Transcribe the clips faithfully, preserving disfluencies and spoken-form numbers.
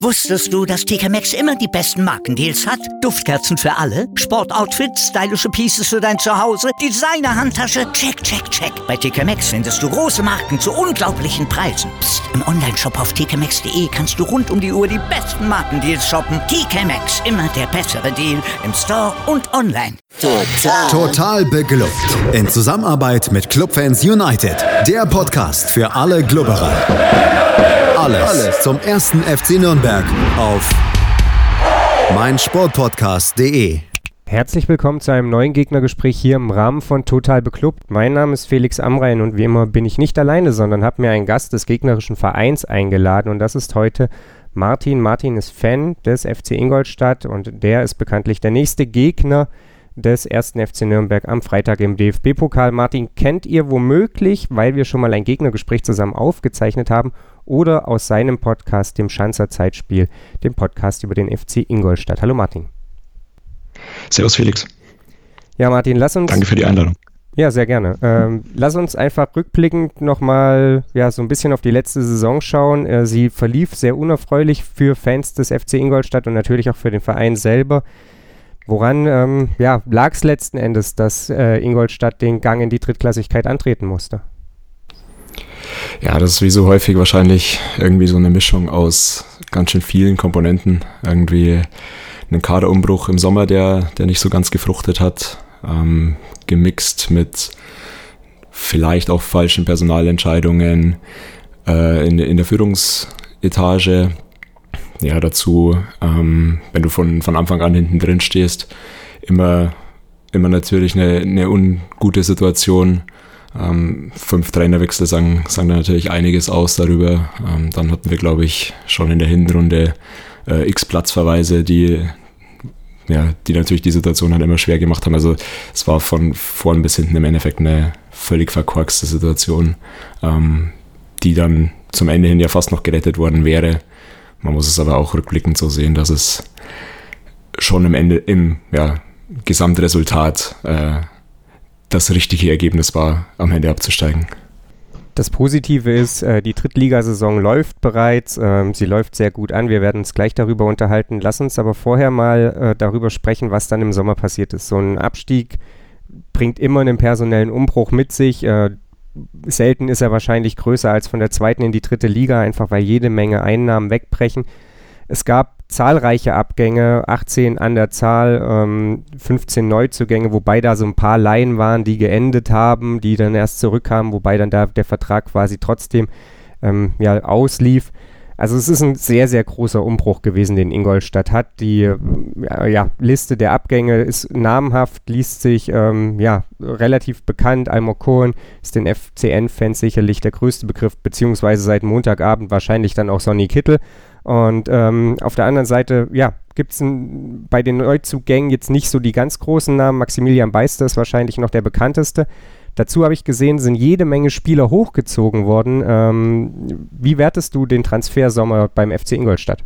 Wusstest du, dass T K Maxx immer die besten Markendeals hat? Duftkerzen für alle, Sportoutfits, stylische Pieces für dein Zuhause, Designer-Handtasche, check, check, check. Bei T K Maxx findest du große Marken zu unglaublichen Preisen. Psst. Im Onlineshop auf t k maxx punkt d e kannst du rund um die Uhr die besten Markendeals shoppen. T K Maxx, immer der bessere Deal im Store und online. Total. Total beglückt. In Zusammenarbeit mit Clubfans United. Der Podcast für alle Glubberer. Alles, Alles zum ersten F C Nürnberg auf meinsportpodcast punkt de. Herzlich willkommen zu einem neuen Gegnergespräch hier im Rahmen von Total Beklubbt. Mein Name ist Felix Amrain und wie immer bin ich nicht alleine, sondern habe mir einen Gast des gegnerischen Vereins eingeladen und das ist heute Martin. Martin ist Fan des F C Ingolstadt und der ist bekanntlich der nächste Gegner des ersten F C Nürnberg am Freitag im D F B-Pokal. Martin kennt ihr womöglich, weil wir schon mal ein Gegnergespräch zusammen aufgezeichnet haben oder aus seinem Podcast, dem Schanzer Zeitspiel, dem Podcast über den F C Ingolstadt. Hallo Martin. Servus Felix. Ja Martin, lass uns... Danke für die Einladung. Ja, sehr gerne. Ähm, lass uns einfach rückblickend nochmal ja, so ein bisschen auf die letzte Saison schauen. Äh, sie verlief sehr unerfreulich für Fans des F C Ingolstadt und natürlich auch für den Verein selber. Woran ähm, ja, lag es letzten Endes, dass äh, Ingolstadt den Gang in die Drittklassigkeit antreten musste? Ja, das ist wie so häufig wahrscheinlich irgendwie so eine Mischung aus ganz schön vielen Komponenten. Irgendwie einen Kaderumbruch im Sommer, der, der nicht so ganz gefruchtet hat, ähm, gemixt mit vielleicht auch falschen Personalentscheidungen äh, in, in der Führungsetage. Ja, dazu, ähm, wenn du von, von Anfang an hinten drin stehst, immer, immer natürlich eine, eine ungute Situation. Ähm, fünf Trainerwechsel sagen, sagen da natürlich einiges aus darüber. Ähm, dann hatten wir, glaube ich, schon in der Hinrunde äh, x Platzverweise, die, ja, die natürlich die Situation dann immer schwer gemacht haben. Also es war von vorn bis hinten im Endeffekt eine völlig verkorkste Situation, ähm, die dann zum Ende hin ja fast noch gerettet worden wäre. Man muss es aber auch rückblickend so sehen, dass es schon im Ende, im ja, Gesamtresultat äh, das richtige Ergebnis war, am Ende abzusteigen. Das Positive ist, äh, die Drittligasaison läuft bereits, ähm, sie läuft sehr gut an, wir werden uns gleich darüber unterhalten. Lass uns aber vorher mal äh, darüber sprechen, was dann im Sommer passiert ist. So ein Abstieg bringt immer einen personellen Umbruch mit sich, äh, selten ist er wahrscheinlich größer als von der zweiten in die dritte Liga, einfach weil jede Menge Einnahmen wegbrechen. Es gab zahlreiche Abgänge, achtzehn an der Zahl, ähm, fünfzehn Neuzugänge, wobei da so ein paar Laien waren, die geendet haben, die dann erst zurückkamen, wobei dann da der Vertrag quasi trotzdem ähm, ja, auslief. Also es ist ein sehr, sehr großer Umbruch gewesen, den Ingolstadt hat. Die äh, ja, Liste der Abgänge ist namhaft, liest sich ähm, ja, relativ bekannt. Almog Cohen ist den F C N-Fans sicherlich der größte Begriff, beziehungsweise seit Montagabend wahrscheinlich dann auch Sonny Kittel. Und ähm, auf der anderen Seite, ja, gibt es bei den Neuzugängen jetzt nicht so die ganz großen Namen. Maximilian Beister ist wahrscheinlich noch der bekannteste. Dazu habe ich gesehen, sind jede Menge Spieler hochgezogen worden. Ähm, wie wertest du den Transfersommer beim F C Ingolstadt?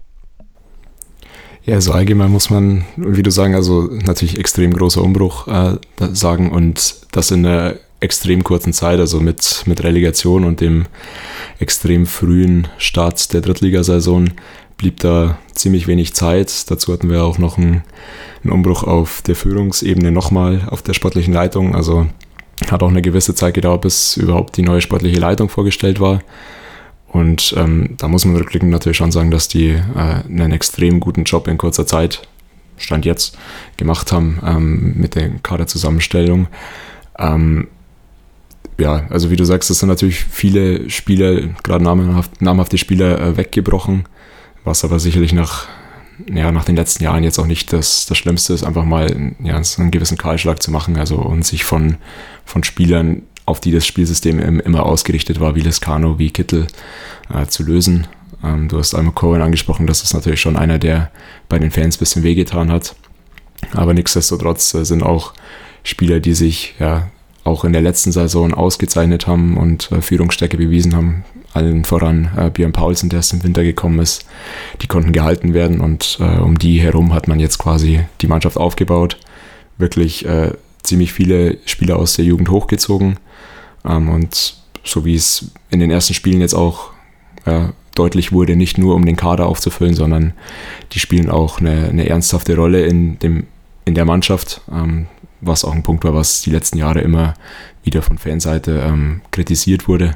Ja, also allgemein muss man, wie du sagen, also natürlich extrem großer Umbruch äh, sagen und das in einer extrem kurzen Zeit, also mit, mit Relegation und dem extrem frühen Start der Drittligasaison blieb da ziemlich wenig Zeit. Dazu hatten wir auch noch einen, einen Umbruch auf der Führungsebene nochmal auf der sportlichen Leitung, also hat auch eine gewisse Zeit gedauert, bis überhaupt die neue sportliche Leitung vorgestellt war. Und ähm, da muss man rückblickend natürlich schon sagen, dass die äh, einen extrem guten Job in kurzer Zeit, Stand jetzt, gemacht haben ähm, mit der Kaderzusammenstellung. Ähm, ja, also wie du sagst, es sind natürlich viele Spieler, gerade namhaft, namhafte Spieler äh, weggebrochen, was aber sicherlich nach, ja, nach den letzten Jahren jetzt auch nicht das, das Schlimmste ist, einfach mal ja, so einen gewissen Kahlschlag zu machen, also und sich von, von Spielern, auf die das Spielsystem im, immer ausgerichtet war, wie Lescano, wie Kittel, äh, zu lösen. Ähm, du hast Almog Cohen angesprochen, das ist natürlich schon einer, der bei den Fans ein bisschen wehgetan hat, aber nichtsdestotrotz äh, sind auch Spieler, die sich ja auch in der letzten Saison ausgezeichnet haben und äh, Führungsstärke bewiesen haben, allen voran äh, Björn Paulsen, der erst im Winter gekommen ist, die konnten gehalten werden und äh, um die herum hat man jetzt quasi die Mannschaft aufgebaut, wirklich äh, ziemlich viele Spieler aus der Jugend hochgezogen ähm, und so wie es in den ersten Spielen jetzt auch äh, deutlich wurde, nicht nur um den Kader aufzufüllen, sondern die spielen auch eine, eine ernsthafte Rolle in, dem, in der Mannschaft, ähm, was auch ein Punkt war, was die letzten Jahre immer wieder von Fanseite ähm, kritisiert wurde.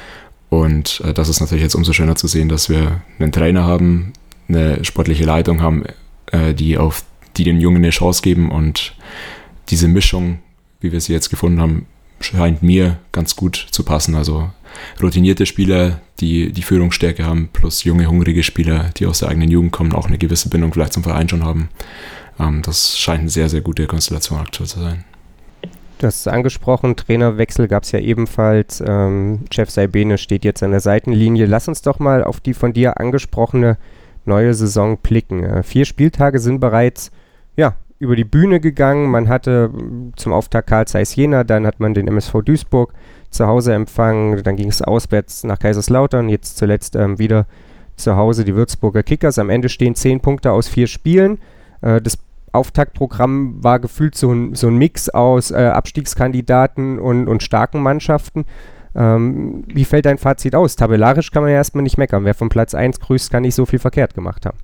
Und äh, das ist natürlich jetzt umso schöner zu sehen, dass wir einen Trainer haben, eine sportliche Leitung haben, äh, die, auf, die den Jungen eine Chance geben, und diese Mischung, wie wir sie jetzt gefunden haben, scheint mir ganz gut zu passen. Also routinierte Spieler, die die Führungsstärke haben, plus junge, hungrige Spieler, die aus der eigenen Jugend kommen, auch eine gewisse Bindung vielleicht zum Verein schon haben. Ähm, das scheint eine sehr, sehr gute Konstellation aktuell zu sein. Du hast es angesprochen, Trainerwechsel gab es ja ebenfalls. Ähm, Jeff Saibene steht jetzt an der Seitenlinie. Lass uns doch mal auf die von dir angesprochene neue Saison blicken. Äh, vier Spieltage sind bereits ja, über die Bühne gegangen. Man hatte zum Auftakt Carl Zeiss Jena, dann hat man den M S V Duisburg zu Hause empfangen, dann ging es auswärts nach Kaiserslautern, jetzt zuletzt ähm, wieder zu Hause die Würzburger Kickers. Am Ende stehen zehn Punkte aus vier Spielen. Äh, das Auftaktprogramm war gefühlt so ein, so ein Mix aus äh, Abstiegskandidaten und, und starken Mannschaften. Ähm, wie fällt dein Fazit aus? Tabellarisch kann man ja erstmal nicht meckern. Wer von Platz eins grüßt, kann nicht so viel verkehrt gemacht haben.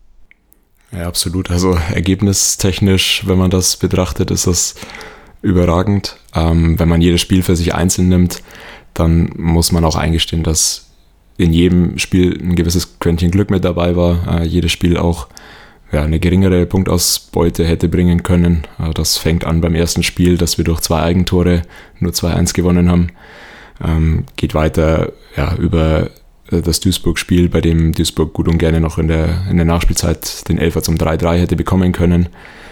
Ja, absolut. Also ergebnistechnisch, wenn man das betrachtet, ist das überragend. Ähm, wenn man jedes Spiel für sich einzeln nimmt, dann muss man auch eingestehen, dass in jedem Spiel ein gewisses Quäntchen Glück mit dabei war. Äh, jedes Spiel auch ja, eine geringere Punktausbeute hätte bringen können. Äh, das fängt an beim ersten Spiel, dass wir durch zwei Eigentore nur zwei eins gewonnen haben. Ähm, geht weiter ja, über das Duisburg-Spiel, bei dem Duisburg gut und gerne noch in der, in der Nachspielzeit den Elfer zum drei drei hätte bekommen können.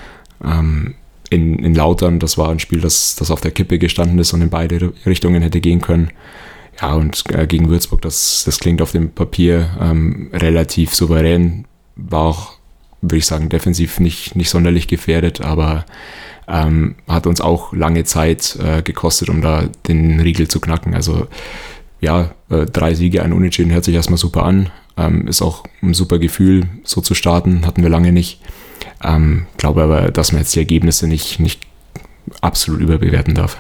Ähm, in, in Lautern, das war ein Spiel, das, das auf der Kippe gestanden ist und in beide Richtungen hätte gehen können. Ja, und äh, gegen Würzburg, das, das klingt auf dem Papier ähm, relativ souverän, war auch, würde ich sagen, defensiv nicht, nicht sonderlich gefährdet, aber ähm, hat uns auch lange Zeit äh, gekostet, um da den Riegel zu knacken. Also ja, äh, drei Siege, ein Unentschieden hört sich erstmal super an. Ähm, ist auch ein super Gefühl, so zu starten, hatten wir lange nicht. Ähm, glaube aber, dass man jetzt die Ergebnisse nicht, nicht absolut überbewerten darf.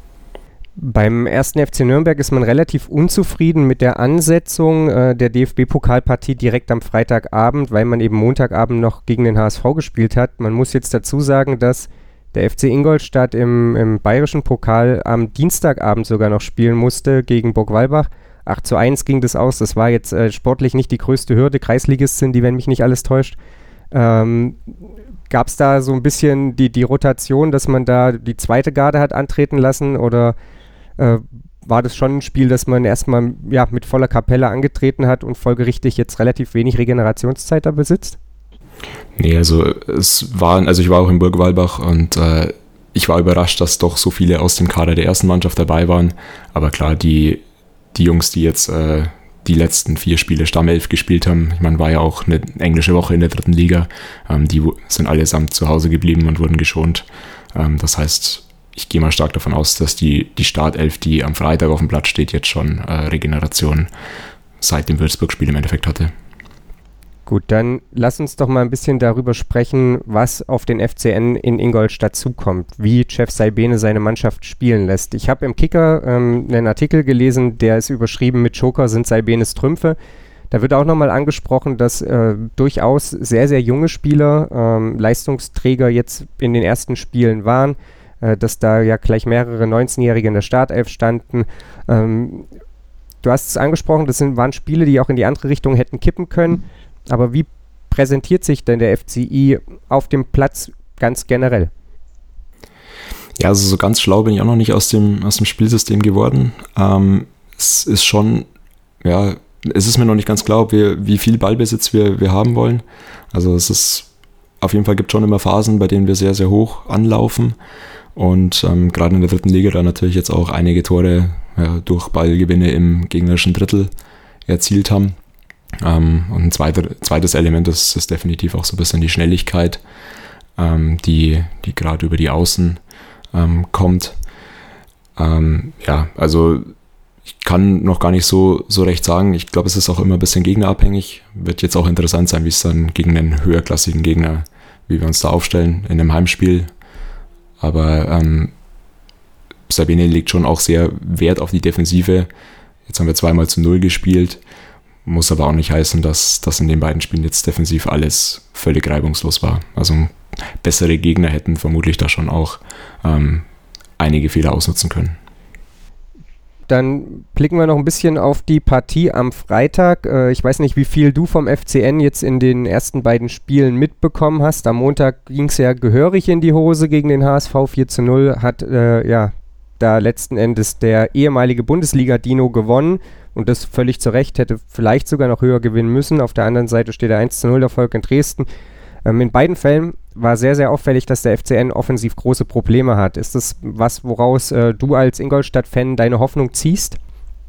Beim ersten F C Nürnberg ist man relativ unzufrieden mit der Ansetzung äh, der D F B-Pokalpartie direkt am Freitagabend, weil man eben Montagabend noch gegen den H S V gespielt hat. Man muss jetzt dazu sagen, dass der F C Ingolstadt im, im bayerischen Pokal am Dienstagabend sogar noch spielen musste gegen Burg Wallbach. acht zu eins ging das aus. Das war jetzt äh, sportlich nicht die größte Hürde. Kreisligist sind die, wenn mich nicht alles täuscht. Ähm, Gab es da so ein bisschen die, die Rotation, dass man da die zweite Garde hat antreten lassen, oder äh, war das schon ein Spiel, das man erstmal ja, mit voller Kapelle angetreten hat und folgerichtig jetzt relativ wenig Regenerationszeit da besitzt? Nee, also es waren, also ich war auch in Burg Wallbach und äh, ich war überrascht, dass doch so viele aus dem Kader der ersten Mannschaft dabei waren. Aber klar, die, die Jungs, die jetzt äh, die letzten vier Spiele Stammelf gespielt haben, ich meine, war ja auch eine englische Woche in der dritten Liga, ähm, die sind allesamt zu Hause geblieben und wurden geschont. Ähm, das heißt, ich gehe mal stark davon aus, dass die, die Startelf, die am Freitag auf dem Platz steht, jetzt schon äh, Regeneration seit dem Würzburg-Spiel im Endeffekt hatte. Gut, dann lass uns doch mal ein bisschen darüber sprechen, was auf den F C N in Ingolstadt zukommt, wie Jeff Saibene seine Mannschaft spielen lässt. Ich habe im Kicker ähm, einen Artikel gelesen, der ist überschrieben mit Joker sind Saibenes Trümpfe. Da wird auch nochmal angesprochen, dass äh, durchaus sehr, sehr junge Spieler ähm, Leistungsträger jetzt in den ersten Spielen waren, äh, dass da ja gleich mehrere neunzehnjährige in der Startelf standen. Ähm, du hast es angesprochen, das sind, waren Spiele, die auch in die andere Richtung hätten kippen können. Aber wie präsentiert sich denn der F C I auf dem Platz ganz generell? Ja, also so ganz schlau bin ich auch noch nicht aus dem, aus dem Spielsystem geworden. Ähm, es ist schon, ja, es ist mir noch nicht ganz klar, ob wir, wie viel Ballbesitz wir, wir haben wollen. Also es ist, auf jeden Fall gibt es schon immer Phasen, bei denen wir sehr, sehr hoch anlaufen. Und ähm, gerade in der dritten Liga da natürlich jetzt auch einige Tore ja, durch Ballgewinne im gegnerischen Drittel erzielt haben. Ähm, und ein zweiter, zweites Element ist, ist definitiv auch so ein bisschen die Schnelligkeit, ähm, die, die gerade über die Außen ähm, kommt. Ähm, ja, also ich kann noch gar nicht so, so recht sagen. Ich glaube, es ist auch immer ein bisschen gegnerabhängig. Wird jetzt auch interessant sein, wie es dann gegen einen höherklassigen Gegner, wie wir uns da aufstellen in einem Heimspiel. Aber ähm, Saibene legt schon auch sehr Wert auf die Defensive. Jetzt haben wir zweimal zu null gespielt, muss aber auch nicht heißen, dass das in den beiden Spielen jetzt defensiv alles völlig reibungslos war. Also bessere Gegner hätten vermutlich da schon auch ähm, einige Fehler ausnutzen können. Dann blicken wir noch ein bisschen auf die Partie am Freitag. Äh, ich weiß nicht, wie viel du vom F C N jetzt in den ersten beiden Spielen mitbekommen hast. Am Montag ging es ja gehörig in die Hose gegen den H S V. vier zu null hat äh, ja da letzten Endes der ehemalige Bundesliga-Dino gewonnen und das völlig zu Recht, hätte vielleicht sogar noch höher gewinnen müssen. Auf der anderen Seite steht der eins zu null Erfolg in Dresden. Ähm, in beiden Fällen war sehr, sehr auffällig, dass der F C N offensiv große Probleme hat. Ist das was, woraus äh, du als Ingolstadt-Fan deine Hoffnung ziehst?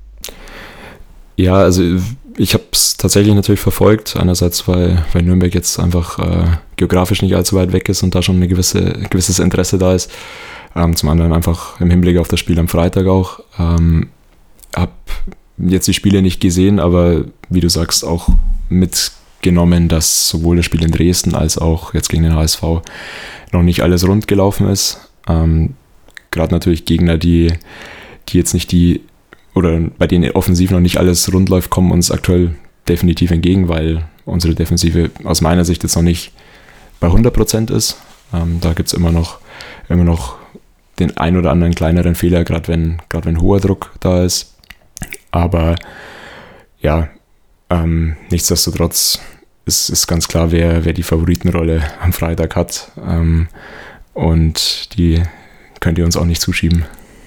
Ja, also ich habe es tatsächlich natürlich verfolgt. Einerseits, weil, weil Nürnberg jetzt einfach äh, geografisch nicht allzu weit weg ist und da schon ein gewisse, gewisses Interesse da ist. Ähm, zum anderen einfach im Hinblick auf das Spiel am Freitag auch. Ähm, hab jetzt die Spiele nicht gesehen, aber wie du sagst, auch mitgenommen, dass sowohl das Spiel in Dresden als auch jetzt gegen den H S V noch nicht alles rund gelaufen ist. Ähm, Gerade natürlich Gegner, die, die jetzt nicht die, oder bei denen offensiv noch nicht alles rund läuft, kommen uns aktuell definitiv entgegen, weil unsere Defensive aus meiner Sicht jetzt noch nicht bei hundert Prozent ist. Ähm, da gibt es immer noch, immer noch den ein oder anderen kleineren Fehler, gerade wenn, gerade wenn hoher Druck da ist. Aber ja, ähm, nichtsdestotrotz ist, ist ganz klar, wer, wer die Favoritenrolle am Freitag hat. Ähm, und die könnt ihr uns auch nicht zuschieben.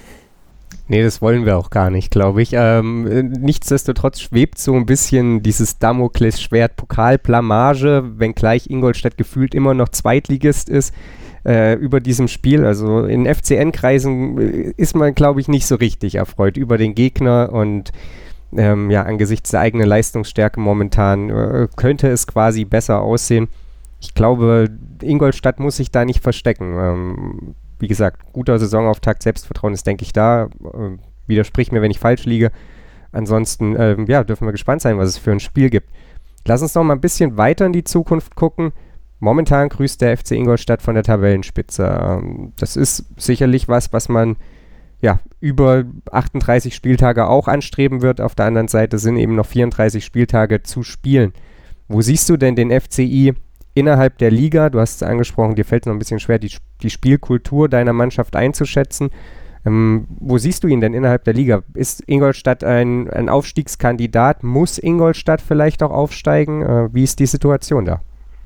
Nee, das wollen wir auch gar nicht, glaube ich. Ähm, nichtsdestotrotz schwebt so ein bisschen dieses Damoklesschwert Pokalblamage, wenngleich Ingolstadt gefühlt immer noch Zweitligist ist, äh, über diesem Spiel. Also in F C N-Kreisen ist man, glaube ich, nicht so richtig erfreut über den Gegner und ähm, ja, angesichts der eigenen Leistungsstärke momentan äh, könnte es quasi besser aussehen. Ich glaube, Ingolstadt muss sich da nicht verstecken. Ähm, Wie gesagt, guter Saisonauftakt, Selbstvertrauen ist, denke ich, da. Äh, widersprich mir, wenn ich falsch liege. Ansonsten, äh, ja, dürfen wir gespannt sein, was es für ein Spiel gibt. Lass uns noch mal ein bisschen weiter in die Zukunft gucken. Momentan grüßt der F C Ingolstadt von der Tabellenspitze. Ähm, das ist sicherlich was, was man ja über achtunddreißig Spieltage auch anstreben wird. Auf der anderen Seite sind eben noch vierunddreißig Spieltage zu spielen. Wo siehst du denn den F C I innerhalb der Liga? Du hast es angesprochen, dir fällt es noch ein bisschen schwer, die, die Spielkultur deiner Mannschaft einzuschätzen. Ähm, wo siehst du ihn denn innerhalb der Liga? Ist Ingolstadt ein, ein Aufstiegskandidat? Muss Ingolstadt vielleicht auch aufsteigen? Äh, wie ist die Situation da?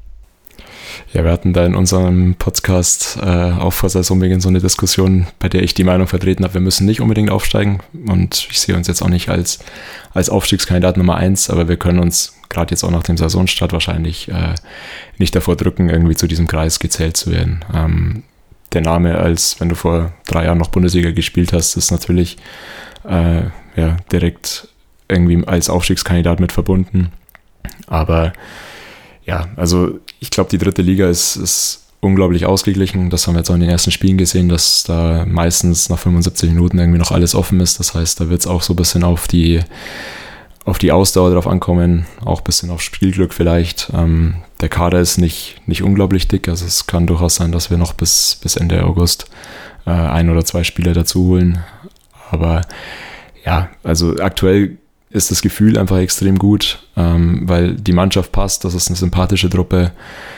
Ja, wir hatten da in unserem Podcast äh, auch vor Saisonbeginn so eine Diskussion, bei der ich die Meinung vertreten habe, wir müssen nicht unbedingt aufsteigen und ich sehe uns jetzt auch nicht als, als Aufstiegskandidat Nummer eins, aber wir können uns gerade jetzt auch nach dem Saisonstart wahrscheinlich äh, nicht davor drücken, irgendwie zu diesem Kreis gezählt zu werden. Ähm, der Name, als wenn du vor drei Jahren noch Bundesliga gespielt hast, ist natürlich äh, ja, direkt irgendwie als Aufstiegskandidat mit verbunden, aber ja, also ich glaube, die dritte Liga ist, ist unglaublich ausgeglichen. Das haben wir jetzt auch in den ersten Spielen gesehen, dass da meistens nach fünfundsiebzig Minuten irgendwie noch alles offen ist. Das heißt, da wird es auch so ein bisschen auf die, auf die Ausdauer drauf ankommen, auch ein bisschen auf Spielglück vielleicht. Ähm, der Kader ist nicht, nicht unglaublich dick, also es kann durchaus sein, dass wir noch bis, bis Ende August äh, ein oder zwei Spieler dazu holen. Aber ja, also aktuell ist das Gefühl einfach extrem gut, ähm, weil die Mannschaft passt, das ist eine sympathische Truppe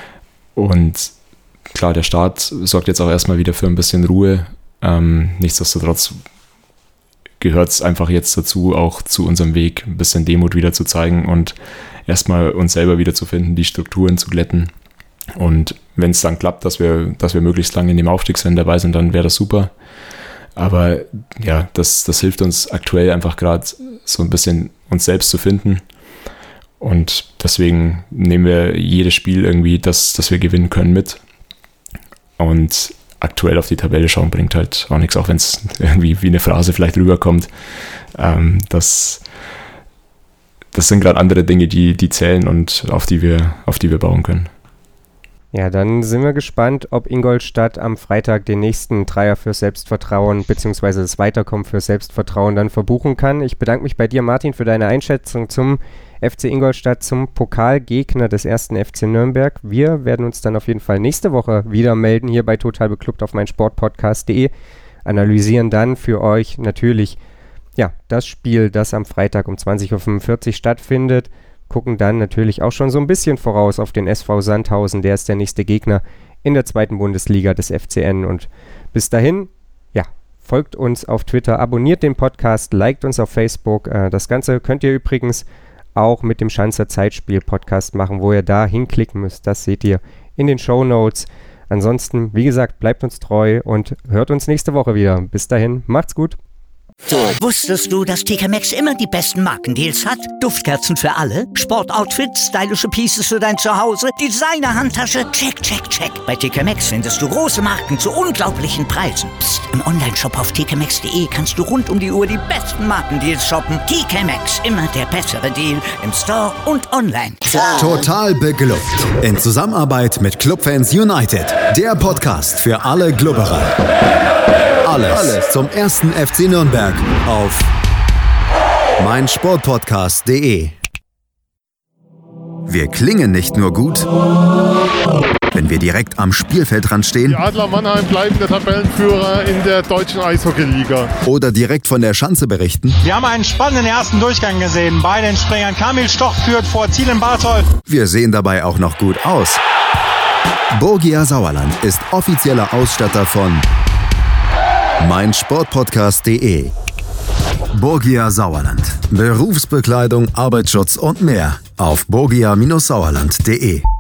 und klar, der Start sorgt jetzt auch erstmal wieder für ein bisschen Ruhe. Ähm, nichtsdestotrotz gehört es einfach jetzt dazu, auch zu unserem Weg ein bisschen Demut wieder zu zeigen und erstmal uns selber wieder zu finden, die Strukturen zu glätten. Und wenn es dann klappt, dass wir, dass wir möglichst lange in dem Aufstiegsrennen dabei sind, dann wäre das super. Aber ja, das, das hilft uns aktuell einfach gerade so ein bisschen uns selbst zu finden. Und deswegen nehmen wir jedes Spiel irgendwie, das, das wir gewinnen können, mit. Und aktuell auf die Tabelle schauen bringt halt auch nichts, auch wenn es irgendwie wie eine Phrase vielleicht rüberkommt. Ähm, das, das sind gerade andere Dinge, die, die zählen und auf die wir, auf die wir bauen können. Ja, dann sind wir gespannt, ob Ingolstadt am Freitag den nächsten Dreier für Selbstvertrauen bzw. das Weiterkommen für Selbstvertrauen dann verbuchen kann. Ich bedanke mich bei dir, Martin, für deine Einschätzung zum F C Ingolstadt, zum Pokalgegner des ersten F C Nürnberg. Wir werden uns dann auf jeden Fall nächste Woche wieder melden hier bei Total Beklubbt auf meinsportpodcast punkt de, analysieren dann für euch natürlich ja, das Spiel, das am Freitag um zwanzig Uhr fünfundvierzig stattfindet. Gucken dann natürlich auch schon so ein bisschen voraus auf den S V Sandhausen. Der ist der nächste Gegner in der zweiten Bundesliga des F C N. Und bis dahin, ja, folgt uns auf Twitter, abonniert den Podcast, liked uns auf Facebook. Äh, das Ganze könnt ihr übrigens auch mit dem Schanzer Zeitspiel-Podcast machen, wo ihr da hinklicken müsst. Das seht ihr in den Shownotes. Ansonsten, wie gesagt, bleibt uns treu und hört uns nächste Woche wieder. Bis dahin, macht's gut. Wusstest du, dass T K Maxx immer die besten Markendeals hat? Duftkerzen für alle, Sportoutfits, stylische Pieces für dein Zuhause, Designer-Handtasche, check, check, check. Bei T K Maxx findest du große Marken zu unglaublichen Preisen. Psst. Im Onlineshop auf t k maxx punkt d e kannst du rund um die Uhr die besten Markendeals shoppen. T K Maxx, immer der bessere Deal im Store und online. Total beglückt. In Zusammenarbeit mit Clubfans United. Der Podcast für alle Glubberer. Alles, Alles zum ersten F C Nürnberg auf meinsportpodcast punkt de. Wir klingen nicht nur gut, wenn wir direkt am Spielfeldrand stehen. Die Adler Mannheim bleiben der Tabellenführer in der deutschen Eishockeyliga. Oder direkt von der Schanze berichten. Wir haben einen spannenden ersten Durchgang gesehen. Bei den Springern Kamil Stoch führt vor Ziel in Barthold. Wir sehen dabei auch noch gut aus. Borgia Sauerland ist offizieller Ausstatter von meinsportpodcast punkt de. Borgia Sauerland. Berufsbekleidung, Arbeitsschutz und mehr auf borgia Bindestrich sauerland punkt de.